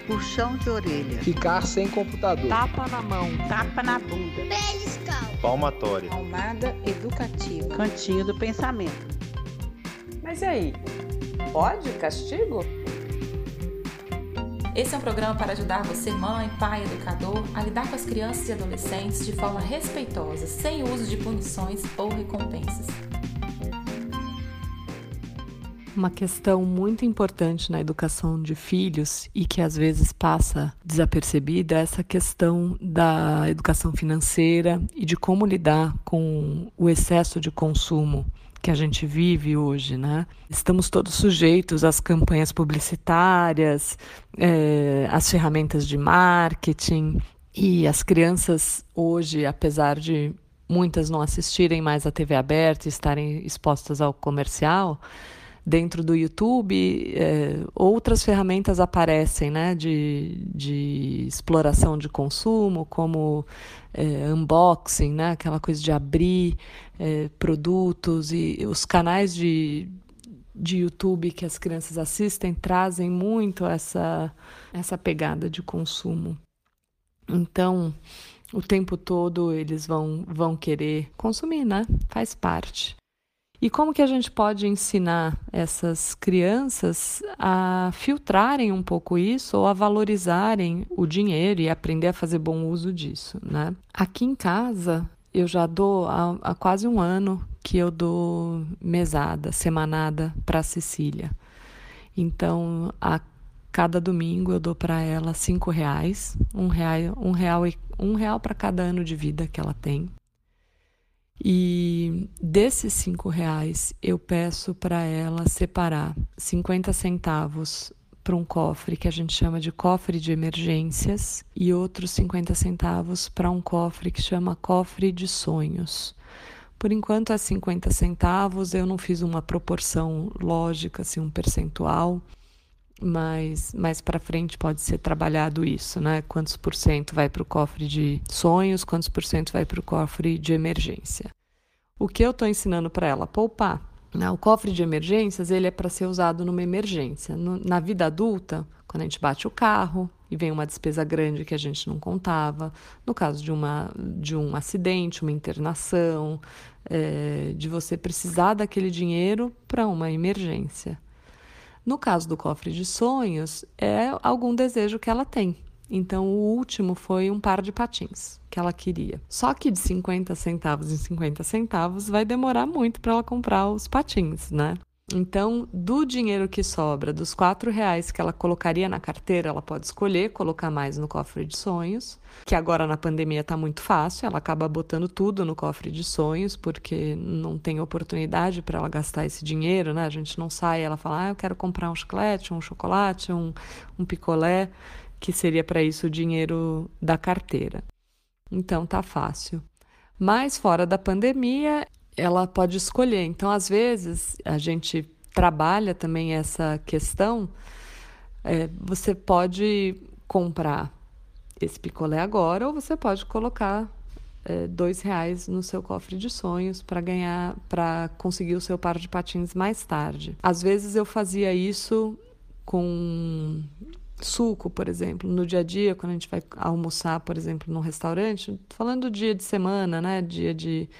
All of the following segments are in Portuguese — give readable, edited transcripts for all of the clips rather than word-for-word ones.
puxão de orelha, ficar sem computador, tapa na mão, tapa na bunda, beliscão, palmatória, palmada educativa, cantinho do pensamento. Mas e aí, pode castigo? Esse é um programa para ajudar você, mãe, pai, educador, a lidar com as crianças e adolescentes de forma respeitosa, sem uso de punições ou recompensas. Uma questão muito importante na educação de filhos e que às vezes passa desapercebida é essa questão da educação financeira e de como lidar com o excesso de consumo que a gente vive hoje, né? Estamos todos sujeitos às campanhas publicitárias, às ferramentas de marketing, e as crianças hoje, apesar de muitas não assistirem mais à TV aberta e estarem expostas ao comercial, dentro do YouTube, outras ferramentas aparecem, né, de exploração de consumo, como unboxing, né, aquela coisa de abrir produtos, e os canais de YouTube que as crianças assistem trazem muito essa pegada de consumo. Então, o tempo todo eles vão querer consumir, né? Faz parte. E como que a gente pode ensinar essas crianças a filtrarem um pouco isso ou a valorizarem o dinheiro e aprender a fazer bom uso disso, né? Aqui em casa, eu já dou há quase um ano que eu dou mesada, semanada para a Cecília. Então, a cada domingo eu dou para ela R$5, um real para cada ano de vida que ela tem. E desses R$5 eu peço para ela separar 50 centavos para um cofre que a gente chama de cofre de emergências e outros 50 centavos para um cofre que chama cofre de sonhos. Por enquanto é 50 centavos, eu não fiz uma proporção lógica, assim, um percentual, mas mais para frente pode ser trabalhado isso, né? Quantos por cento vai para o cofre de sonhos, quantos por cento vai para o cofre de emergência. O que eu estou ensinando para ela? Poupar. O cofre de emergências, ele é para ser usado numa emergência. Na vida adulta, quando a gente bate o carro e vem uma despesa grande que a gente não contava, no caso de um acidente, uma internação, de você precisar daquele dinheiro para uma emergência. No caso do cofre de sonhos, é algum desejo que ela tem. Então, o último foi um par de patins que ela queria. Só que de 50 centavos em 50 centavos vai demorar muito para ela comprar os patins, né? Então, do dinheiro que sobra, dos R$4 que ela colocaria na carteira, ela pode escolher colocar mais no cofre de sonhos, que agora na pandemia está muito fácil, ela acaba botando tudo no cofre de sonhos, porque não tem oportunidade para ela gastar esse dinheiro, né? A gente não sai, ela fala, eu quero comprar um chiclete, um chocolate, um picolé, que seria para isso o dinheiro da carteira. Então, tá fácil. Mas fora da pandemia, ela pode escolher. Então, às vezes, a gente trabalha também essa questão. Você pode comprar esse picolé agora ou você pode colocar R$2 no seu cofre de sonhos para conseguir o seu par de patins mais tarde. Às vezes eu fazia isso com suco, por exemplo, no dia a dia, quando a gente vai almoçar, por exemplo, num restaurante, falando do dia de semana, né, dia de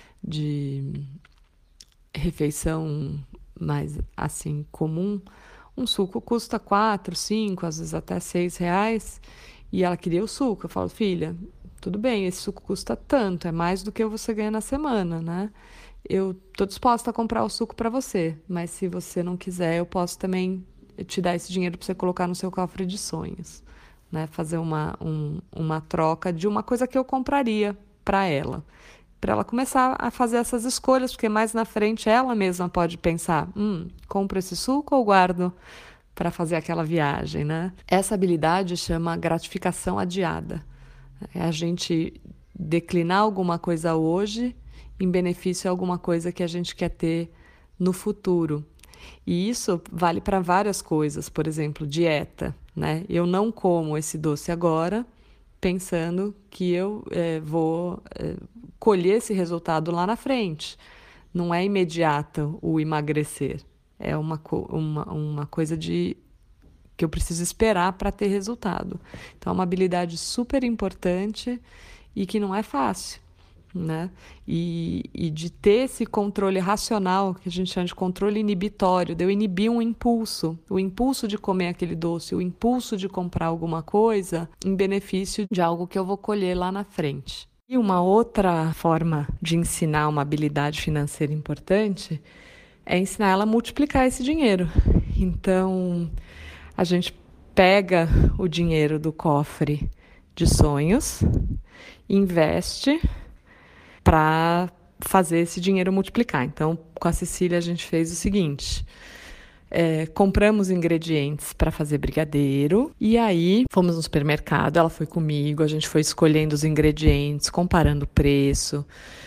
refeição mais, assim, comum, um suco custa 4, 5, às vezes até R$6, e ela queria o suco. Eu falo, filha, tudo bem, esse suco custa tanto, é mais do que você ganha na semana, né? Eu tô disposta a comprar o suco para você, mas se você não quiser, eu posso também te dar esse dinheiro para você colocar no seu cofre de sonhos, né? Fazer uma troca de uma coisa que eu compraria para ela começar a fazer essas escolhas, porque mais na frente ela mesma pode pensar, compro esse suco ou guardo para fazer aquela viagem, né? Essa habilidade chama gratificação adiada. É a gente declinar alguma coisa hoje em benefício a alguma coisa que a gente quer ter no futuro. E isso vale para várias coisas, por exemplo, dieta, né? Eu não como esse doce agora, pensando que eu vou colher esse resultado lá na frente. Não é imediato o emagrecer, é uma coisa que eu preciso esperar para ter resultado. Então, é uma habilidade super importante e que não é fácil, né? E de ter esse controle racional, que a gente chama de controle inibitório, de eu inibir um impulso, o impulso de comer aquele doce, o impulso de comprar alguma coisa em benefício de algo que eu vou colher lá na frente. E uma outra forma de ensinar uma habilidade financeira importante é ensinar ela a multiplicar esse dinheiro. Então, a gente pega o dinheiro do cofre de sonhos, investe para fazer esse dinheiro multiplicar. Então, com a Cecília, a gente fez o seguinte: compramos ingredientes para fazer brigadeiro e aí fomos no supermercado, ela foi comigo, a gente foi escolhendo os ingredientes, comparando o preço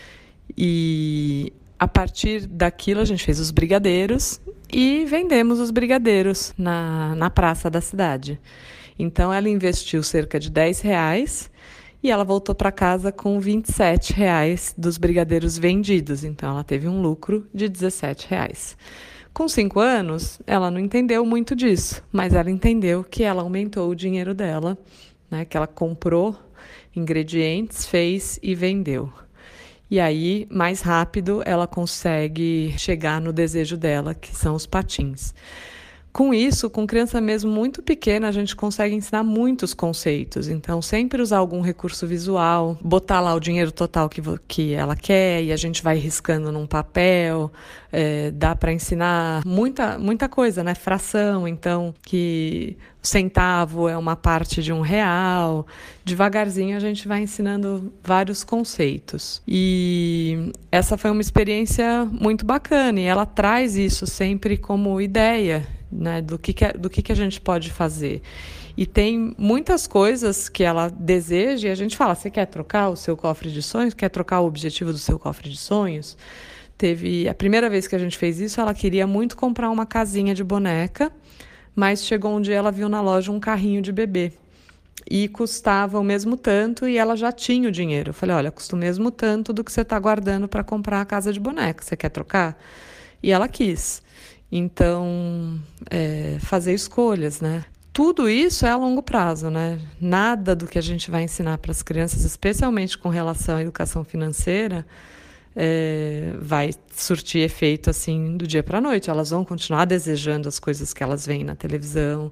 e a partir daquilo a gente fez os brigadeiros e vendemos os brigadeiros na praça da cidade. Então, ela investiu cerca de R$10 e ela voltou para casa com R$27 dos brigadeiros vendidos. Então, ela teve um lucro de R$17. Com 5 anos, ela não entendeu muito disso, mas ela entendeu que ela aumentou o dinheiro dela, né? Que ela comprou ingredientes, fez e vendeu. E aí, mais rápido, ela consegue chegar no desejo dela, que são os patins. Com isso, com criança mesmo muito pequena, a gente consegue ensinar muitos conceitos. Então, sempre usar algum recurso visual, botar lá o dinheiro total que ela quer e a gente vai riscando num papel. Dá para ensinar muita coisa, né? Fração, então, que o centavo é uma parte de R$1. Devagarzinho, a gente vai ensinando vários conceitos. E essa foi uma experiência muito bacana e ela traz isso sempre como ideia, né, do que a gente pode fazer. E tem muitas coisas que ela deseja e a gente fala: você quer trocar o seu cofre de sonhos? Quer trocar o objetivo do seu cofre de sonhos? A primeira vez que a gente fez isso, ela queria muito comprar uma casinha de boneca, mas chegou um dia, ela viu na loja um carrinho de bebê e custava o mesmo tanto e ela já tinha o dinheiro. Eu falei: olha, custa o mesmo tanto do que você está guardando para comprar a casa de boneca, você quer trocar? E ela quis. Então, fazer escolhas, né? Tudo isso é a longo prazo, né? Nada do que a gente vai ensinar para as crianças, especialmente com relação à educação financeira, vai surtir efeito assim do dia para a noite. Elas vão continuar desejando as coisas que elas veem na televisão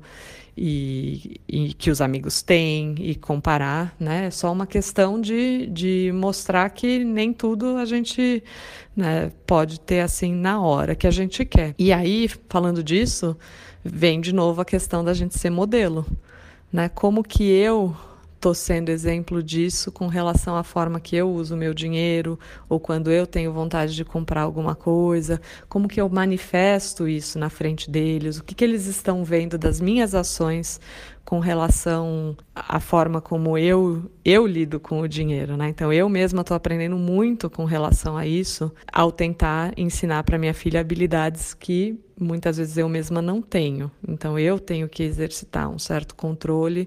e que os amigos têm e comparar, né? É só uma questão de mostrar que nem tudo a gente, né, pode ter assim na hora que a gente quer. E aí, falando disso, vem de novo a questão da gente ser modelo, né? Como que eu estou sendo exemplo disso com relação à forma que eu uso o meu dinheiro ou quando eu tenho vontade de comprar alguma coisa, como que eu manifesto isso na frente deles, o que eles estão vendo das minhas ações com relação à forma como eu lido com o dinheiro, né? Então, eu mesma estou aprendendo muito com relação a isso ao tentar ensinar para minha filha habilidades que muitas vezes eu mesma não tenho. Então, eu tenho que exercitar um certo controle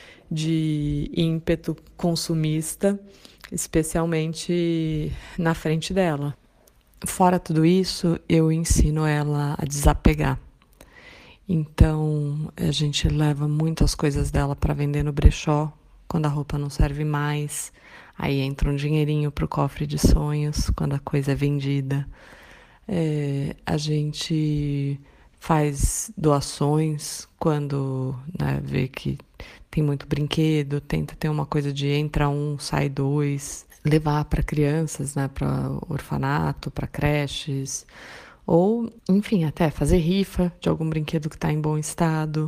de ímpeto consumista, especialmente na frente dela. Fora tudo isso, eu ensino ela a desapegar. Então, a gente leva muitas coisas dela para vender no brechó, quando a roupa não serve mais. Aí entra um dinheirinho para o cofre de sonhos, quando a coisa é vendida. A gente faz doações quando, né, vê que tem muito brinquedo, tenta ter uma coisa de entra um, sai dois, levar para crianças, né, para orfanato, para creches, ou, enfim, até fazer rifa de algum brinquedo que está em bom estado.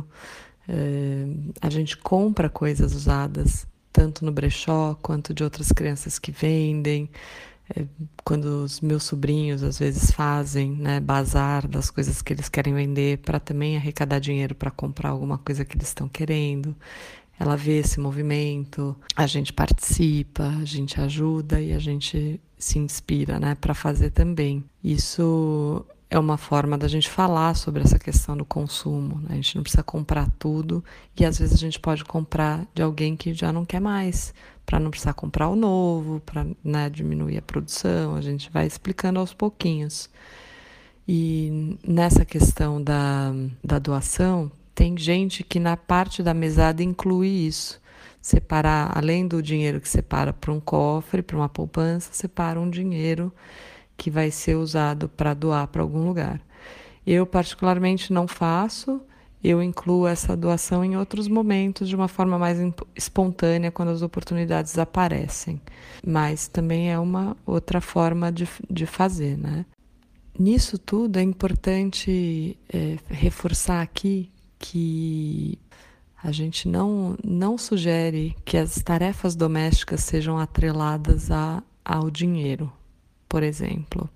A gente compra coisas usadas, tanto no brechó quanto de outras crianças que vendem. Quando os meus sobrinhos às vezes fazem, né, bazar das coisas que eles querem vender para também arrecadar dinheiro para comprar alguma coisa que eles estão querendo. Ela vê esse movimento, a gente participa, a gente ajuda e a gente se inspira, né, para fazer também. Isso é uma forma da gente falar sobre essa questão do consumo, né? A gente não precisa comprar tudo e às vezes a gente pode comprar de alguém que já não quer mais, para não precisar comprar o novo, para, né, diminuir a produção. A gente vai explicando aos pouquinhos. E nessa questão da doação, Tem gente que na parte da mesada inclui isso. Separar, além do dinheiro que separa para um cofre, para uma poupança, separa um dinheiro que vai ser usado para doar para algum lugar. Eu particularmente não faço, eu incluo essa doação em outros momentos de uma forma mais espontânea, quando as oportunidades aparecem. Mas também é uma outra forma de fazer, né? Nisso tudo é importante reforçar aqui que a gente não sugere que as tarefas domésticas sejam atreladas ao dinheiro. Por exemplo,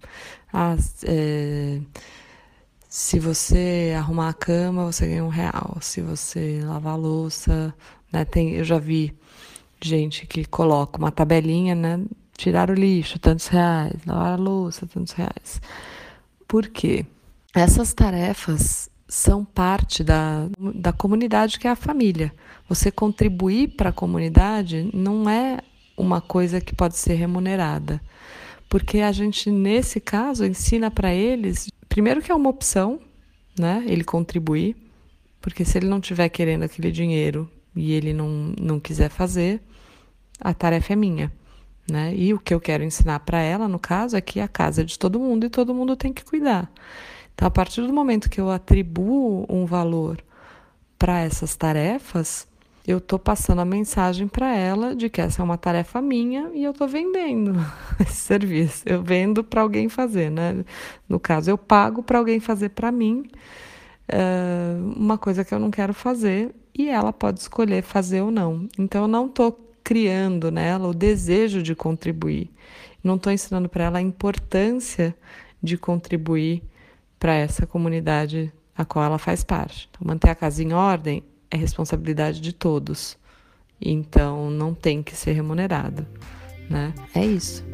se você arrumar a cama, você ganha R$1. Se você lavar a louça, né, eu já vi gente que coloca uma tabelinha, né, tirar o lixo, tantos reais, lavar a louça, tantos reais. Por quê? Essas tarefas são parte da comunidade, que é a família. Você contribuir para a comunidade não é uma coisa que pode ser remunerada. Porque a gente, nesse caso, ensina para eles, primeiro que é uma opção, né, ele contribuir, porque se ele não estiver querendo aquele dinheiro e ele não quiser fazer, a tarefa é minha, né? E o que eu quero ensinar para ela, no caso, é que a casa é de todo mundo e todo mundo tem que cuidar. Então, a partir do momento que eu atribuo um valor para essas tarefas, eu estou passando a mensagem para ela de que essa é uma tarefa minha e eu estou vendendo esse serviço. Eu vendo para alguém fazer, né? No caso, eu pago para alguém fazer para mim uma coisa que eu não quero fazer e ela pode escolher fazer ou não. Então, eu não estou criando nela o desejo de contribuir. Não estou ensinando para ela a importância de contribuir para essa comunidade a qual ela faz parte. Então, manter a casa em ordem é responsabilidade de todos. Então, não tem que ser remunerado, né? É isso.